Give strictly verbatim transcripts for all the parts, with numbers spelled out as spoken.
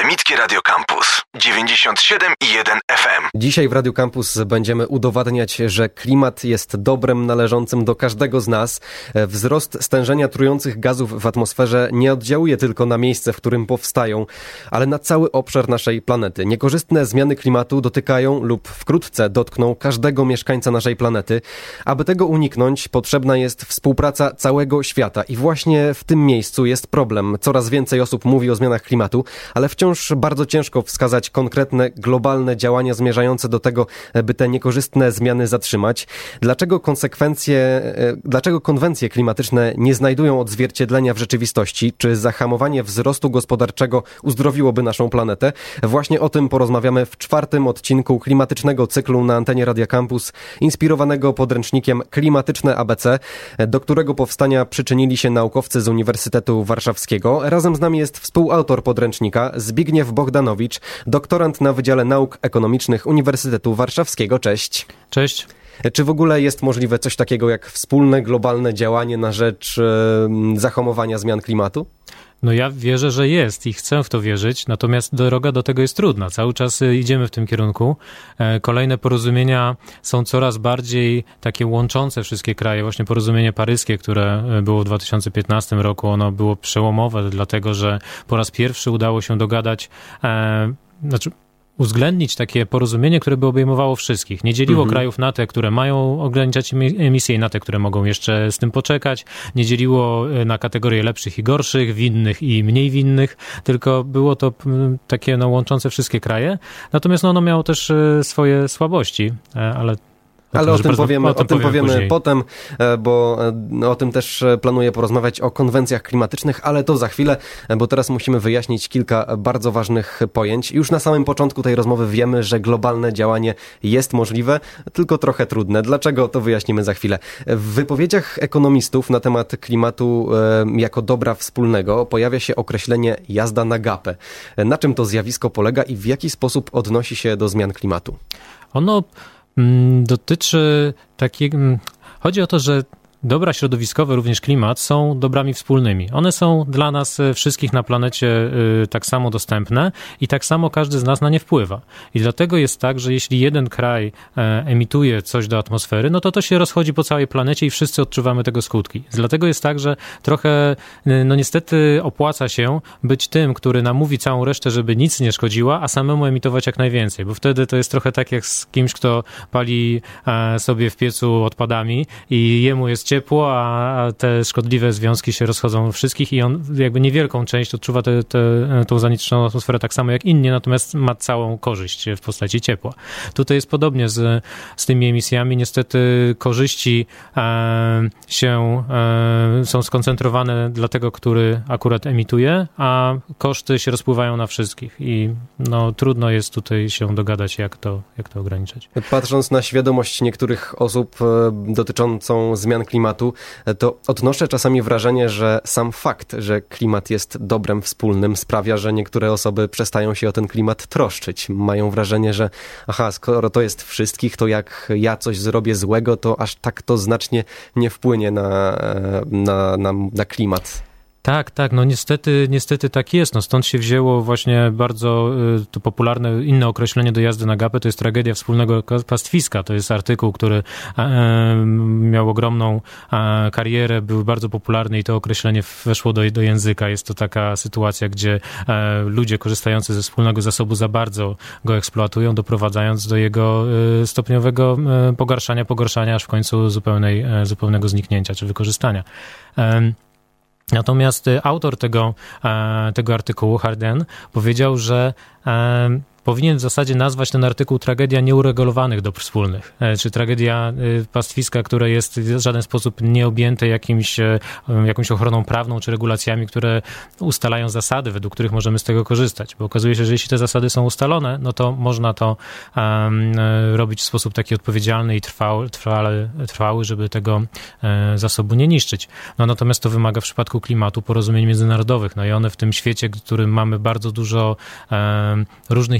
Akademickie Radio Campus dziewięćdziesiąt siedem i jeden F M. Dzisiaj w Radio Campus będziemy udowadniać, że klimat jest dobrem należącym do każdego z nas. Wzrost stężenia trujących gazów w atmosferze nie oddziałuje tylko na miejsce, w którym powstają, ale na cały obszar naszej planety. Niekorzystne zmiany klimatu dotykają lub wkrótce dotkną każdego mieszkańca naszej planety. Aby tego uniknąć, potrzebna jest współpraca całego świata i właśnie w tym miejscu jest problem. Coraz więcej osób mówi o zmianach klimatu, ale wciąż bardzo ciężko wskazać konkretne, globalne działania zmierzające do tego, by te niekorzystne zmiany zatrzymać. Dlaczego konsekwencje, dlaczego konwencje klimatyczne nie znajdują odzwierciedlenia w rzeczywistości? Czy zahamowanie wzrostu gospodarczego uzdrowiłoby naszą planetę? Właśnie o tym porozmawiamy w czwartym odcinku klimatycznego cyklu na antenie Radia Campus, inspirowanego podręcznikiem Klimatyczne A B C, do którego powstania przyczynili się naukowcy z Uniwersytetu Warszawskiego. Razem z nami jest współautor podręcznika Zbigniew Bohdanowicz, doktorant na Wydziale Nauk Ekonomicznych Uniwersytetu Warszawskiego. Cześć. Cześć. Czy w ogóle jest możliwe coś takiego jak wspólne, globalne działanie na rzecz e, zahamowania zmian klimatu? No ja wierzę, że jest i chcę w to wierzyć, natomiast droga do tego jest trudna. Cały czas idziemy w tym kierunku. Kolejne porozumienia są coraz bardziej takie łączące wszystkie kraje. Właśnie porozumienie paryskie, które było w dwa tysiące piętnastym roku, ono było przełomowe, dlatego że po raz pierwszy udało się dogadać, e, znaczy uwzględnić takie porozumienie, które by obejmowało wszystkich. Nie dzieliło mhm. krajów na te, które mają ograniczać emisje i na te, które mogą jeszcze z tym poczekać. Nie dzieliło na kategorie lepszych i gorszych, winnych i mniej winnych, tylko było to takie no, łączące wszystkie kraje. Natomiast no, ono miało też swoje słabości, ale Ale o tym powiemy, o tym powiemy, powiemy później. potem, bo o tym też planuję porozmawiać, o konwencjach klimatycznych, ale to za chwilę, bo teraz musimy wyjaśnić kilka bardzo ważnych pojęć. Już na samym początku tej rozmowy wiemy, że globalne działanie jest możliwe, tylko trochę trudne. Dlaczego? To wyjaśnimy za chwilę. W wypowiedziach ekonomistów na temat klimatu jako dobra wspólnego pojawia się określenie jazda na gapę. Na czym to zjawisko polega i w jaki sposób odnosi się do zmian klimatu? Ono dotyczy takiego... Chodzi o to, że dobra środowiskowe, również klimat, są dobrami wspólnymi. One są dla nas wszystkich na planecie tak samo dostępne i tak samo każdy z nas na nie wpływa. I dlatego jest tak, że jeśli jeden kraj emituje coś do atmosfery, no to to się rozchodzi po całej planecie i wszyscy odczuwamy tego skutki. Dlatego jest tak, że trochę, no niestety opłaca się być tym, który namówi całą resztę, żeby nic nie szkodziła, a samemu emitować jak najwięcej, bo wtedy to jest trochę tak jak z kimś, kto pali sobie w piecu odpadami i jemu jest ciepło, a te szkodliwe związki się rozchodzą wszystkich i on jakby niewielką część odczuwa tę te, te, tą zanieczyszczoną atmosferę tak samo jak inni, natomiast ma całą korzyść w postaci ciepła. Tutaj jest podobnie z, z tymi emisjami. Niestety korzyści e, się e, są skoncentrowane dla tego, który akurat emituje, a koszty się rozpływają na wszystkich i no, trudno jest tutaj się dogadać, jak to, jak to ograniczać. Patrząc na świadomość niektórych osób e, dotyczącą zmian klimatu, klimatu, to odnoszę czasami wrażenie, że sam fakt, że klimat jest dobrem wspólnym, sprawia, że niektóre osoby przestają się o ten klimat troszczyć. Mają wrażenie, że aha, skoro to jest wszystkich, to jak ja coś zrobię złego, to aż tak to znacznie nie wpłynie na, na, na, na klimat. Tak, tak, no niestety, niestety tak jest. No stąd się wzięło właśnie bardzo y, to popularne inne określenie do jazdy na gapę, to jest tragedia wspólnego pastwiska. To jest artykuł, który e, miał ogromną e, karierę, był bardzo popularny i to określenie weszło do, do języka. Jest to taka sytuacja, gdzie e, ludzie korzystający ze wspólnego zasobu za bardzo go eksploatują, doprowadzając do jego e, stopniowego e, pogarszania, pogorszania, aż w końcu zupełnej, e, zupełnego zniknięcia czy wykorzystania. E, Natomiast autor tego, tego artykułu, Harden, powiedział, że powinien w zasadzie nazwać ten artykuł tragedia nieuregulowanych dóbr wspólnych, czy tragedia pastwiska, które jest w żaden sposób nieobjęte jakimś, jakąś ochroną prawną, czy regulacjami, które ustalają zasady, według których możemy z tego korzystać. Bo okazuje się, że jeśli te zasady są ustalone, no to można to um, robić w sposób taki odpowiedzialny i trwały, trwały, trwały, żeby tego um, zasobu nie niszczyć. No natomiast to wymaga w przypadku klimatu porozumień międzynarodowych. No i one w tym świecie, w którym mamy bardzo dużo um, różnych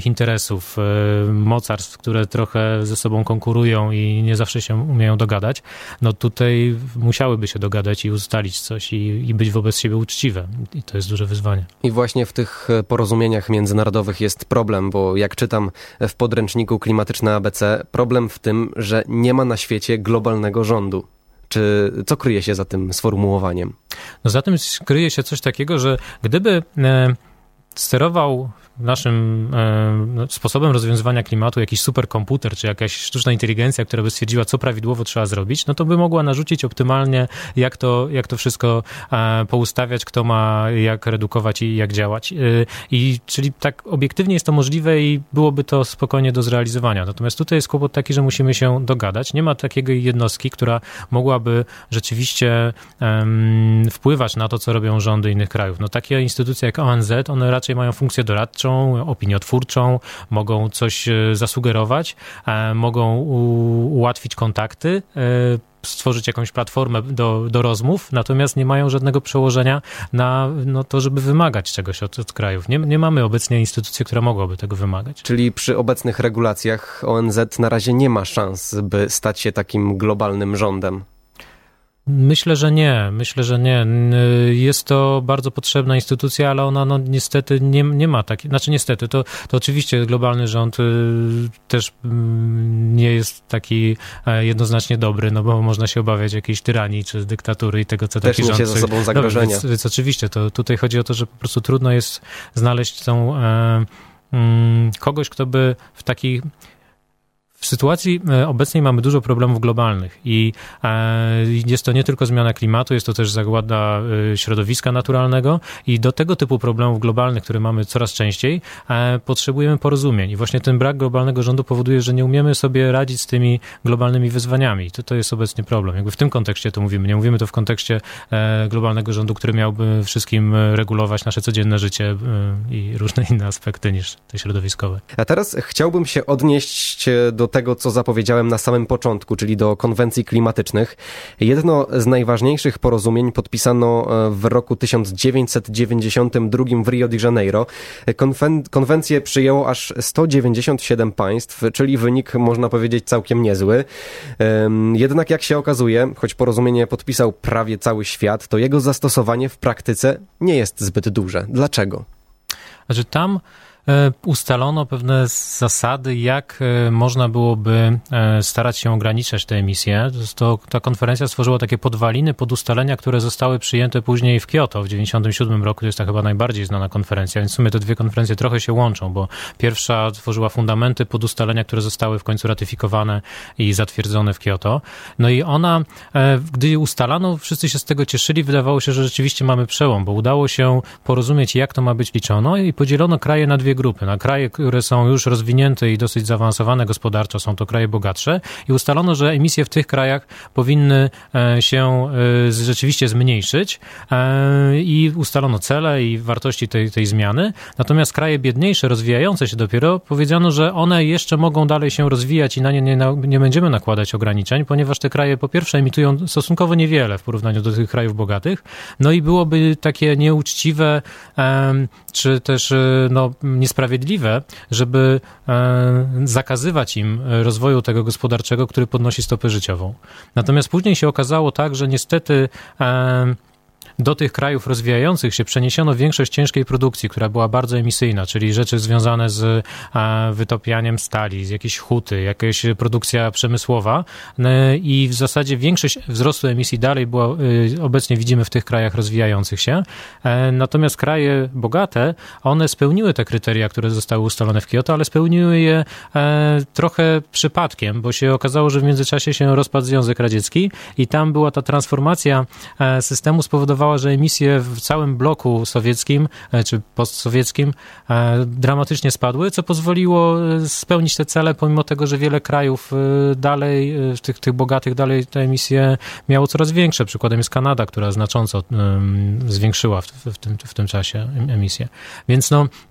interesów, mocarstw, które trochę ze sobą konkurują i nie zawsze się umieją dogadać, no tutaj musiałyby się dogadać i ustalić coś i, i być wobec siebie uczciwe. I to jest duże wyzwanie. I właśnie w tych porozumieniach międzynarodowych jest problem, bo jak czytam w podręczniku Klimatyczne A B C, problem w tym, że nie ma na świecie globalnego rządu. Czy co kryje się za tym sformułowaniem? No za tym kryje się coś takiego, że gdyby e, sterował naszym e, sposobem rozwiązywania klimatu jakiś superkomputer, czy jakaś sztuczna inteligencja, która by stwierdziła, co prawidłowo trzeba zrobić, no to by mogła narzucić optymalnie, jak to, jak to wszystko e, poustawiać, kto ma jak redukować i jak działać. E, i czyli tak obiektywnie jest to możliwe i byłoby to spokojnie do zrealizowania. Natomiast tutaj jest kłopot taki, że musimy się dogadać. Nie ma takiej jednostki, która mogłaby rzeczywiście um, wpływać na to, co robią rządy innych krajów. No takie instytucje jak O N Z, one raczej mają funkcję doradczą, opiniotwórczą, mogą coś zasugerować, mogą ułatwić kontakty, stworzyć jakąś platformę do, do rozmów, natomiast nie mają żadnego przełożenia na no, to, żeby wymagać czegoś od, od krajów. Nie, nie mamy obecnie instytucji, która mogłaby tego wymagać. Czyli przy obecnych regulacjach O N Z na razie nie ma szans, by stać się takim globalnym rządem. Myślę, że nie. Myślę, że nie. Jest to bardzo potrzebna instytucja, ale ona no, niestety nie, nie ma takiej... Znaczy niestety, to, to oczywiście globalny rząd też nie jest taki jednoznacznie dobry, no bo można się obawiać jakiejś tyranii czy dyktatury i tego, co też taki rząd... Też niesie za sobą zagrożenia. No, więc, więc oczywiście, to tutaj chodzi o to, że po prostu trudno jest znaleźć tą e, m, kogoś, kto by w takiej... W sytuacji obecnej mamy dużo problemów globalnych i jest to nie tylko zmiana klimatu, jest to też zagłada środowiska naturalnego i do tego typu problemów globalnych, które mamy coraz częściej, potrzebujemy porozumień. I właśnie ten brak globalnego rządu powoduje, że nie umiemy sobie radzić z tymi globalnymi wyzwaniami. To, to jest obecnie problem. Jakby w tym kontekście to mówimy. Nie mówimy to w kontekście globalnego rządu, który miałby wszystkim regulować nasze codzienne życie i różne inne aspekty niż te środowiskowe. A teraz chciałbym się odnieść do tego, co zapowiedziałem na samym początku, czyli do konwencji klimatycznych. Jedno z najważniejszych porozumień podpisano w roku tysiąc dziewięćset dziewięćdziesiątym drugim w Rio de Janeiro. Konwen- konwencję przyjęło aż sto dziewięćdziesiąt siedem państw, czyli wynik, można powiedzieć, całkiem niezły. Jednak jak się okazuje, choć porozumienie podpisał prawie cały świat, to jego zastosowanie w praktyce nie jest zbyt duże. Dlaczego? Znaczy tam ustalono pewne zasady, jak można byłoby starać się ograniczać te emisje. To, ta konferencja stworzyła takie podwaliny pod ustalenia, które zostały przyjęte później w Kioto w dziewięćdziesiątym siódmym roku. To jest ta chyba najbardziej znana konferencja, więc w sumie te dwie konferencje trochę się łączą, bo pierwsza tworzyła fundamenty pod ustalenia, które zostały w końcu ratyfikowane i zatwierdzone w Kioto. No i ona, gdy ustalano, wszyscy się z tego cieszyli, wydawało się, że rzeczywiście mamy przełom, bo udało się porozumieć, jak to ma być liczono i podzielono kraje na dwie grupy. Na kraje, które są już rozwinięte i dosyć zaawansowane gospodarczo, są to kraje bogatsze i ustalono, że emisje w tych krajach powinny się rzeczywiście zmniejszyć i ustalono cele i wartości tej, tej zmiany. Natomiast kraje biedniejsze, rozwijające się dopiero, powiedziano, że one jeszcze mogą dalej się rozwijać i na nie nie, nie będziemy nakładać ograniczeń, ponieważ te kraje po pierwsze emitują stosunkowo niewiele w porównaniu do tych krajów bogatych, no i byłoby takie nieuczciwe czy też no, niesprawiedliwe, żeby zakazywać im rozwoju tego gospodarczego, który podnosi stopę życiową. Natomiast później się okazało tak, że niestety do tych krajów rozwijających się przeniesiono większość ciężkiej produkcji, która była bardzo emisyjna, czyli rzeczy związane z wytopianiem stali, z jakiejś huty, jakaś produkcja przemysłowa i w zasadzie większość wzrostu emisji dalej była, obecnie widzimy w tych krajach rozwijających się. Natomiast kraje bogate, one spełniły te kryteria, które zostały ustalone w Kioto, ale spełniły je trochę przypadkiem, bo się okazało, że w międzyczasie się rozpadł Związek Radziecki i tam była ta transformacja systemu spowodowała, że emisje w całym bloku sowieckim czy postsowieckim dramatycznie spadły, co pozwoliło spełnić te cele, pomimo tego, że wiele krajów dalej, tych, tych bogatych dalej te emisje miało coraz większe. Przykładem jest Kanada, która znacząco zwiększyła w, w, tym, w tym czasie emisję. Więc no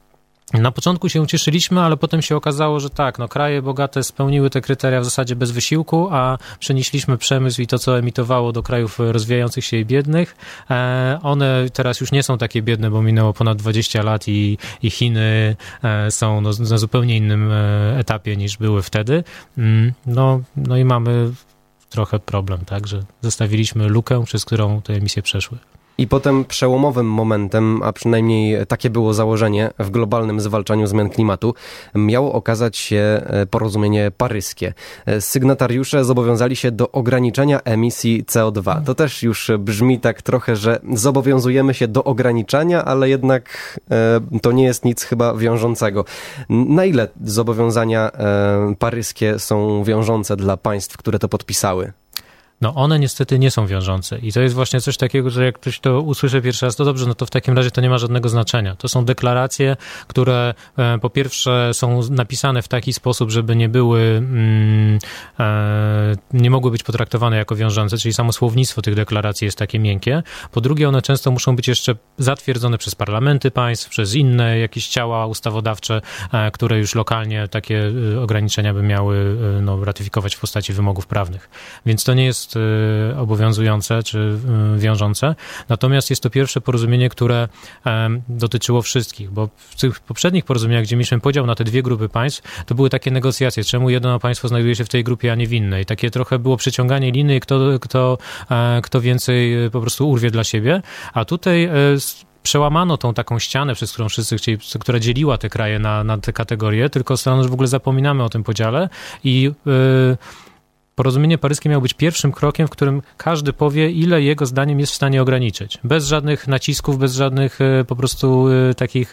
Na początku się ucieszyliśmy, ale potem się okazało, że tak, no kraje bogate spełniły te kryteria w zasadzie bez wysiłku, a przenieśliśmy przemysł i to, co emitowało do krajów rozwijających się i biednych. E, one teraz już nie są takie biedne, bo minęło ponad dwadzieścia lat i, i Chiny e, są no, na zupełnie innym e, etapie niż były wtedy. Mm, no, no i mamy trochę problem, tak, że zostawiliśmy lukę, przez którą te emisje przeszły. I potem przełomowym momentem, a przynajmniej takie było założenie w globalnym zwalczaniu zmian klimatu, miało okazać się porozumienie paryskie. Sygnatariusze zobowiązali się do ograniczenia emisji C O dwa. To też już brzmi tak trochę, że zobowiązujemy się do ograniczania, ale jednak to nie jest nic chyba wiążącego. Na ile zobowiązania paryskie są wiążące dla państw, które to podpisały? No one niestety nie są wiążące i to jest właśnie coś takiego, że jak ktoś to usłyszy pierwszy raz, to dobrze, no to w takim razie to nie ma żadnego znaczenia. To są deklaracje, które e, po pierwsze są napisane w taki sposób, żeby nie były, mm, e, nie mogły być potraktowane jako wiążące, czyli samo słownictwo tych deklaracji jest takie miękkie. Po drugie, one często muszą być jeszcze zatwierdzone przez parlamenty państw, przez inne jakieś ciała ustawodawcze, e, które już lokalnie takie e, ograniczenia by miały e, no, ratyfikować w postaci wymogów prawnych. Więc to nie jest obowiązujące czy wiążące. Natomiast jest to pierwsze porozumienie, które dotyczyło wszystkich, bo w tych poprzednich porozumieniach, gdzie mieliśmy podział na te dwie grupy państw, to były takie negocjacje, czemu jedno państwo znajduje się w tej grupie, a nie w innej. Takie trochę było przyciąganie liny, kto, kto, kto więcej po prostu urwie dla siebie, a tutaj przełamano tą taką ścianę, przez którą wszyscy chcieli, która dzieliła te kraje na, na te kategorie, tylko stanowi, że w ogóle zapominamy o tym podziale i yy, Porozumienie paryskie miało być pierwszym krokiem, w którym każdy powie, ile jego zdaniem jest w stanie ograniczyć. Bez żadnych nacisków, bez żadnych po prostu takich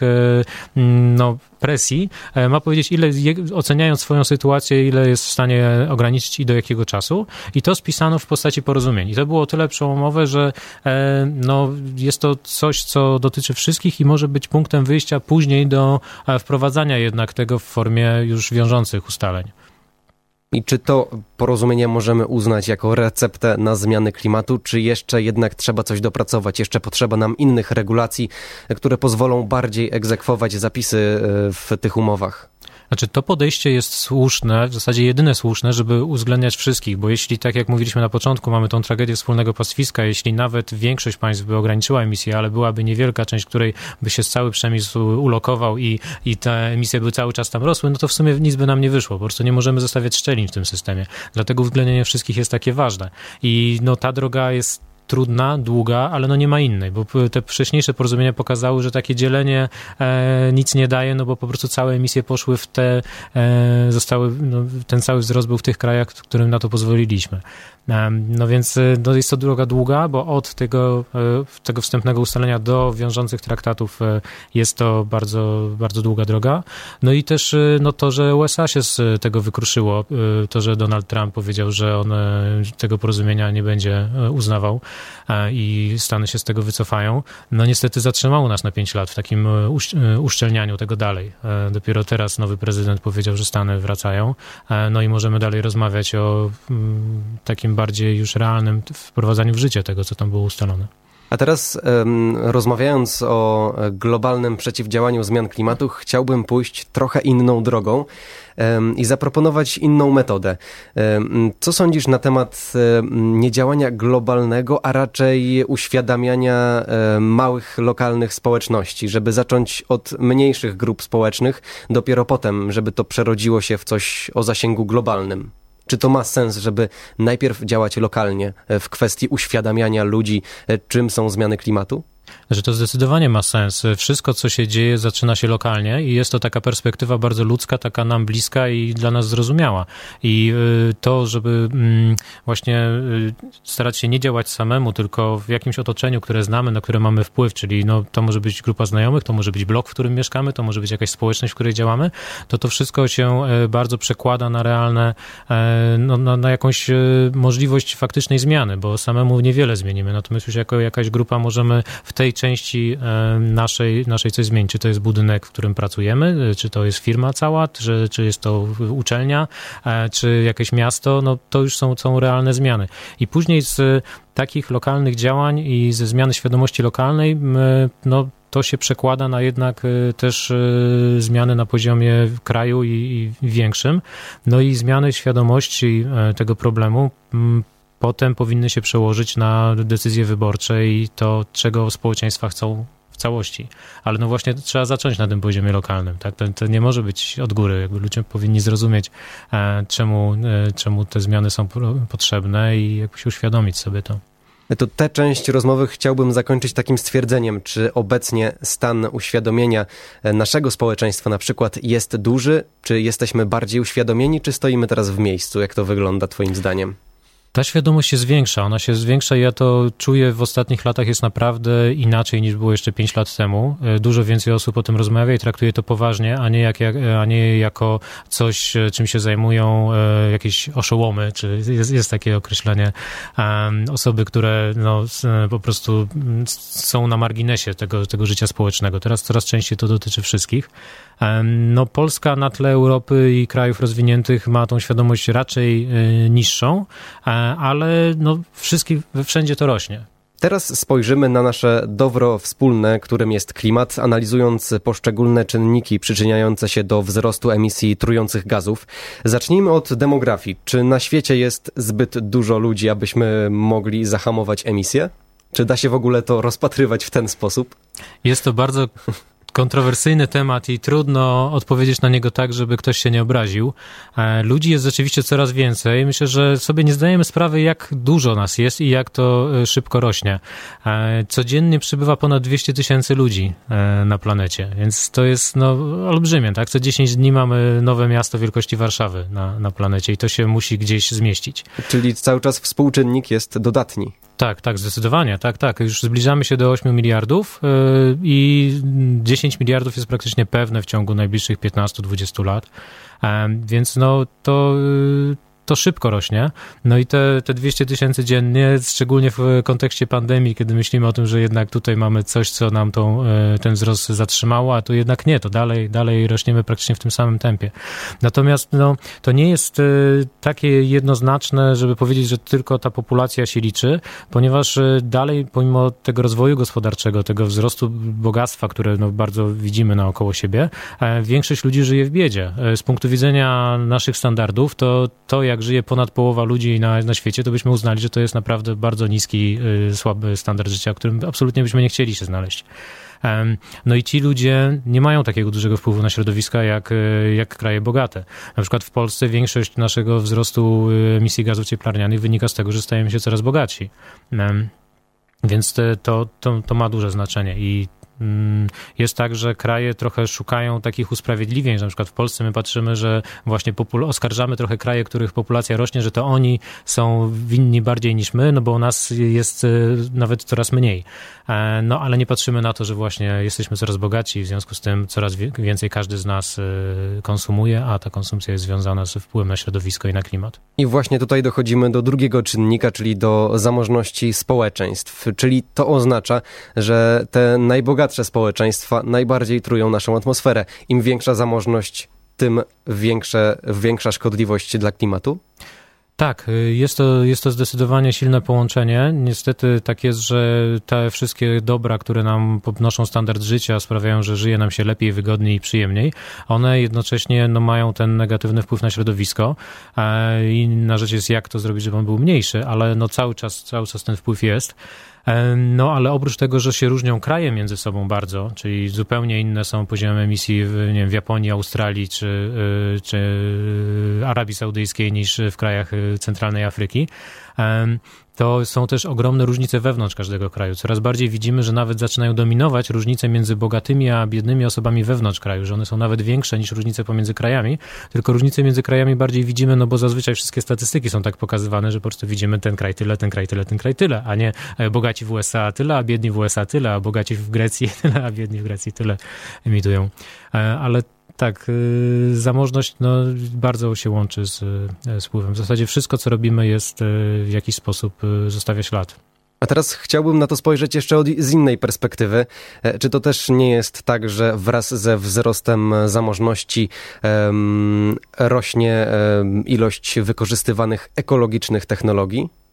no, presji. Ma powiedzieć, ile oceniając swoją sytuację, ile jest w stanie ograniczyć i do jakiego czasu. I to spisano w postaci porozumień. I to było o tyle przełomowe, że no, jest to coś, co dotyczy wszystkich i może być punktem wyjścia później do wprowadzania jednak tego w formie już wiążących ustaleń. I czy to porozumienie możemy uznać jako receptę na zmiany klimatu, czy jeszcze jednak trzeba coś dopracować? Jeszcze potrzeba nam innych regulacji, które pozwolą bardziej egzekwować zapisy w tych umowach? Znaczy, to podejście jest słuszne, w zasadzie jedyne słuszne, żeby uwzględniać wszystkich, bo jeśli, tak jak mówiliśmy na początku, mamy tą tragedię wspólnego pastwiska, jeśli nawet większość państw by ograniczyła emisję, ale byłaby niewielka część, której by się cały przemysł ulokował i, i te emisje by cały czas tam rosły, no to w sumie nic by nam nie wyszło. Po prostu nie możemy zostawiać szczelin w tym systemie. Dlatego uwzględnienie wszystkich jest takie ważne. I no ta droga jest trudna, długa, ale no nie ma innej, bo te wcześniejsze porozumienia pokazały, że takie dzielenie e, nic nie daje, no bo po prostu całe emisje poszły w te, e, zostały, no, ten cały wzrost był w tych krajach, w którym na to pozwoliliśmy. E, no więc no jest to droga długa, bo od tego, e, tego wstępnego ustalenia do wiążących traktatów e, jest to bardzo, bardzo długa droga. No i też e, no to, że U S A się z tego wykruszyło, e, to, że Donald Trump powiedział, że on e, tego porozumienia nie będzie e, uznawał, i Stany się z tego wycofają, no niestety zatrzymało nas na pięć lat w takim uszczelnianiu tego dalej. Dopiero teraz nowy prezydent powiedział, że Stany wracają, no i możemy dalej rozmawiać o takim bardziej już realnym wprowadzaniu w życie tego, co tam było ustalone. A teraz um, rozmawiając o globalnym przeciwdziałaniu zmian klimatu, chciałbym pójść trochę inną drogą um, i zaproponować inną metodę. Um, co sądzisz na temat um, niedziałania globalnego, a raczej uświadamiania um, małych, lokalnych społeczności, żeby zacząć od mniejszych grup społecznych, dopiero potem, żeby to przerodziło się w coś o zasięgu globalnym? Czy to ma sens, żeby najpierw działać lokalnie w kwestii uświadamiania ludzi, czym są zmiany klimatu? Że to zdecydowanie ma sens. Wszystko, co się dzieje, zaczyna się lokalnie i jest to taka perspektywa bardzo ludzka, taka nam bliska i dla nas zrozumiała. I to, żeby właśnie starać się nie działać samemu, tylko w jakimś otoczeniu, które znamy, na które mamy wpływ, czyli no, to może być grupa znajomych, to może być blok, w którym mieszkamy, to może być jakaś społeczność, w której działamy, to to wszystko się bardzo przekłada na realne, no, na, na jakąś możliwość faktycznej zmiany, bo samemu niewiele zmienimy, natomiast już jako jakaś grupa możemy w tej części naszej, naszej coś zmienić. Czy to jest budynek, w którym pracujemy, czy to jest firma cała, czy, czy jest to uczelnia, czy jakieś miasto, no to już są, są realne zmiany. I później z takich lokalnych działań i ze zmiany świadomości lokalnej, no to się przekłada na jednak też zmiany na poziomie kraju i, i większym. No i zmiany świadomości tego problemu potem powinny się przełożyć na decyzje wyborcze i to, czego społeczeństwa chcą w całości. Ale no właśnie trzeba zacząć na tym poziomie lokalnym. Tak? To, to nie może być od góry. Jakby ludzie powinni zrozumieć, e, czemu, e, czemu te zmiany są potrzebne i jakoś uświadomić sobie to. To tę część rozmowy chciałbym zakończyć takim stwierdzeniem, czy obecnie stan uświadomienia naszego społeczeństwa na przykład jest duży, czy jesteśmy bardziej uświadomieni, czy stoimy teraz w miejscu? Jak to wygląda twoim zdaniem? Ta świadomość się zwiększa, ona się zwiększa i ja to czuję w ostatnich latach jest naprawdę inaczej niż było jeszcze pięć lat temu. Dużo więcej osób o tym rozmawia i traktuje to poważnie, a nie, jak, a nie jako coś, czym się zajmują jakieś oszołomy, czy jest, jest takie określenie, osoby, które no, po prostu są na marginesie tego, tego życia społecznego. Teraz coraz częściej to dotyczy wszystkich. No, Polska na tle Europy i krajów rozwiniętych ma tą świadomość raczej niższą, ale no, wszystkich, wszędzie to rośnie. Teraz spojrzymy na nasze dobro wspólne, którym jest klimat, analizując poszczególne czynniki przyczyniające się do wzrostu emisji trujących gazów. Zacznijmy od demografii. Czy na świecie jest zbyt dużo ludzi, abyśmy mogli zahamować emisję? Czy da się w ogóle to rozpatrywać w ten sposób? Jest to bardzo kontrowersyjny temat i trudno odpowiedzieć na niego tak, żeby ktoś się nie obraził. Ludzi jest rzeczywiście coraz więcej. Myślę, że sobie nie zdajemy sprawy, jak dużo nas jest i jak to szybko rośnie. Codziennie przybywa ponad dwieście tysięcy ludzi na planecie, więc to jest no, olbrzymie. Tak? Co dziesięć dni mamy nowe miasto wielkości Warszawy na, na planecie i to się musi gdzieś zmieścić. Czyli cały czas współczynnik jest dodatni. Tak, tak, zdecydowanie, tak, tak. Już zbliżamy się do ośmiu miliardów yy, i dziesięć miliardów jest praktycznie pewne w ciągu najbliższych piętnastu do dwudziestu lat, yy, więc no to... Yy, to szybko rośnie. No i te, te dwieście tysięcy dziennie, szczególnie w kontekście pandemii, kiedy myślimy o tym, że jednak tutaj mamy coś, co nam tą, ten wzrost zatrzymało, a tu jednak nie, to dalej, dalej rośniemy praktycznie w tym samym tempie. Natomiast no, to nie jest takie jednoznaczne, żeby powiedzieć, że tylko ta populacja się liczy, ponieważ dalej, pomimo tego rozwoju gospodarczego, tego wzrostu bogactwa, które no, bardzo widzimy naokoło siebie, większość ludzi żyje w biedzie. Z punktu widzenia naszych standardów, to to, jak żyje ponad połowa ludzi na, na świecie, to byśmy uznali, że to jest naprawdę bardzo niski, y, słaby standard życia, w którym absolutnie byśmy nie chcieli się znaleźć. Um, no i ci ludzie nie mają takiego dużego wpływu na środowiska jak, jak kraje bogate. Na przykład w Polsce większość naszego wzrostu emisji gazów cieplarnianych wynika z tego, że stajemy się coraz bogatsi. Um, więc te, to, to, to ma duże znaczenie i jest tak, że kraje trochę szukają takich usprawiedliwień, że na przykład w Polsce my patrzymy, że właśnie popul- oskarżamy trochę kraje, których populacja rośnie, że to oni są winni bardziej niż my, no bo u nas jest nawet coraz mniej. No ale nie patrzymy na to, że właśnie jesteśmy coraz bogaci i w związku z tym coraz więcej każdy z nas konsumuje, a ta konsumpcja jest związana z wpływem na środowisko i na klimat. I właśnie tutaj dochodzimy do drugiego czynnika, czyli do zamożności społeczeństw, czyli to oznacza, że te najbogatsze społeczeństwa najbardziej trują naszą atmosferę. Im większa zamożność, tym większe, większa szkodliwość dla klimatu? Tak, jest to, jest to zdecydowanie silne połączenie. Niestety tak jest, że te wszystkie dobra, które nam podnoszą standard życia, sprawiają, że żyje nam się lepiej, wygodniej i przyjemniej, one jednocześnie no, mają ten negatywny wpływ na środowisko. Inna rzecz jest, jak to zrobić, żeby on był mniejszy, ale no, cały czas, cały czas ten wpływ jest. No, ale oprócz tego, że się różnią kraje między sobą bardzo, czyli zupełnie inne są poziomy emisji w, nie wiem, w Japonii, Australii czy, czy Arabii Saudyjskiej niż w krajach centralnej Afryki, to są też ogromne różnice wewnątrz każdego kraju. Coraz bardziej widzimy, że nawet zaczynają dominować różnice między bogatymi a biednymi osobami wewnątrz kraju, że one są nawet większe niż różnice pomiędzy krajami, tylko różnice między krajami bardziej widzimy, no bo zazwyczaj wszystkie statystyki są tak pokazywane, że po prostu widzimy ten kraj tyle, ten kraj tyle, ten kraj tyle, a nie bogaci w U S A tyle, a biedni w U S A tyle, a bogaci w Grecji tyle, a biedni w Grecji tyle emitują. Ale tak, zamożność no, bardzo się łączy z, z wpływem. W zasadzie wszystko, co robimy, jest w jakiś sposób zostawia ślad. A teraz chciałbym na to spojrzeć jeszcze od, z innej perspektywy. Czy to też nie jest tak, że wraz ze wzrostem zamożności um, rośnie um, ilość wykorzystywanych ekologicznych technologii?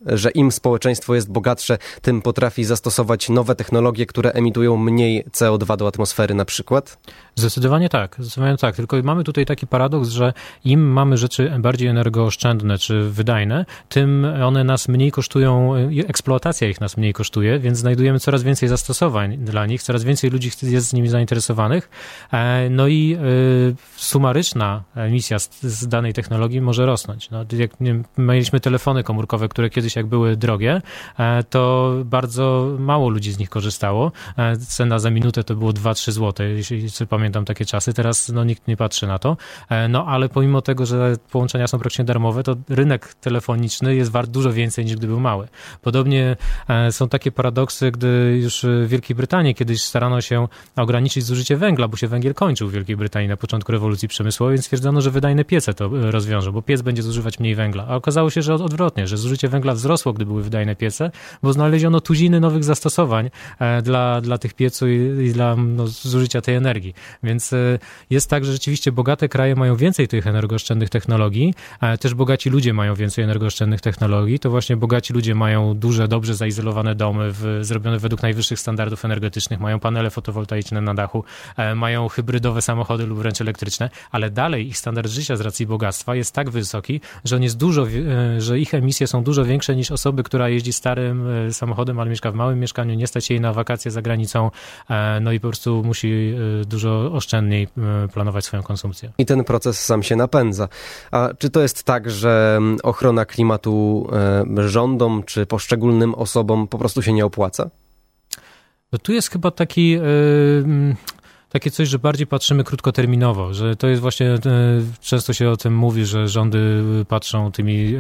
że im społeczeństwo jest bogatsze, tym potrafi zastosować nowe technologie, które emitują mniej C O dwa do atmosfery na przykład? Zdecydowanie tak, zdecydowanie tak. Tylko mamy tutaj taki paradoks, że im mamy rzeczy bardziej energooszczędne czy wydajne, tym one nas mniej kosztują, eksploatacja ich nas mniej kosztuje, więc znajdujemy coraz więcej zastosowań dla nich, coraz więcej ludzi jest z nimi zainteresowanych. No i sumaryczna emisja z, z danej technologii może rosnąć. No, jak nie, mieliśmy telefony komórkowe, które kiedyś jak były drogie, to bardzo mało ludzi z nich korzystało. Cena za minutę to było dwa trzy złote, jeśli pamiętam takie czasy. Teraz no, nikt nie patrzy na to. No ale pomimo tego, że połączenia są praktycznie darmowe, to rynek telefoniczny jest wart dużo więcej niż gdy był mały. Podobnie są takie paradoksy, gdy już w Wielkiej Brytanii kiedyś starano się ograniczyć zużycie węgla, bo się węgiel kończył w Wielkiej Brytanii na początku rewolucji przemysłowej, więc stwierdzono, że wydajne piece to rozwiążą, bo piec będzie zużywać mniej węgla. A okazało się, że odwrotnie, że zużycie węgla wzrosło, gdy były wydajne piece, bo znaleziono tuziny nowych zastosowań dla, dla tych pieców i, i dla no, zużycia tej energii. Więc jest tak, że rzeczywiście bogate kraje mają więcej tych energooszczędnych technologii, też bogaci ludzie mają więcej energooszczędnych technologii. To właśnie bogaci ludzie mają duże, dobrze zaizolowane domy, w, zrobione według najwyższych standardów energetycznych, mają panele fotowoltaiczne na dachu, mają hybrydowe samochody lub wręcz elektryczne, ale dalej ich standard życia z racji bogactwa jest tak wysoki, że on jest dużo, że ich emisje są dużo większe niż osoby, która jeździ starym samochodem, ale mieszka w małym mieszkaniu, nie stać jej na wakacje za granicą, no i po prostu musi dużo oszczędniej planować swoją konsumpcję. I ten proces sam się napędza. A czy to jest tak, że ochrona klimatu rządom czy poszczególnym osobom po prostu się nie opłaca? No tu jest chyba taki... Yy... Takie coś, że bardziej patrzymy krótkoterminowo, że to jest właśnie, często się o tym mówi, że rządy patrzą tymi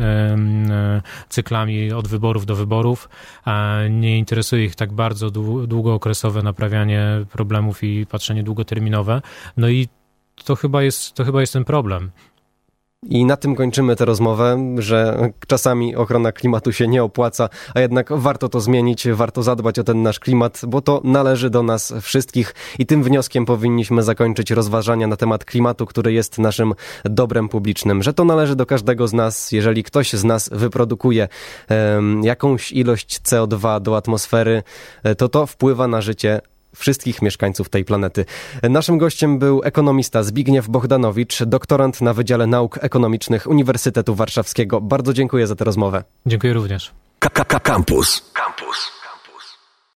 cyklami od wyborów do wyborów, a nie interesuje ich tak bardzo długookresowe naprawianie problemów i patrzenie długoterminowe. No i to chyba jest, to chyba jest ten problem. I na tym kończymy tę rozmowę, że czasami ochrona klimatu się nie opłaca, a jednak warto to zmienić, warto zadbać o ten nasz klimat, bo to należy do nas wszystkich i tym wnioskiem powinniśmy zakończyć rozważania na temat klimatu, który jest naszym dobrem publicznym, że to należy do każdego z nas. Jeżeli ktoś z nas wyprodukuje um, jakąś ilość C O dwa do atmosfery, to to wpływa na życie wszystkich mieszkańców tej planety. Naszym gościem był ekonomista Zbigniew Bohdanowicz, doktorant na Wydziale Nauk Ekonomicznych Uniwersytetu Warszawskiego. Bardzo dziękuję za tę rozmowę. Dziękuję również. K K K Campus.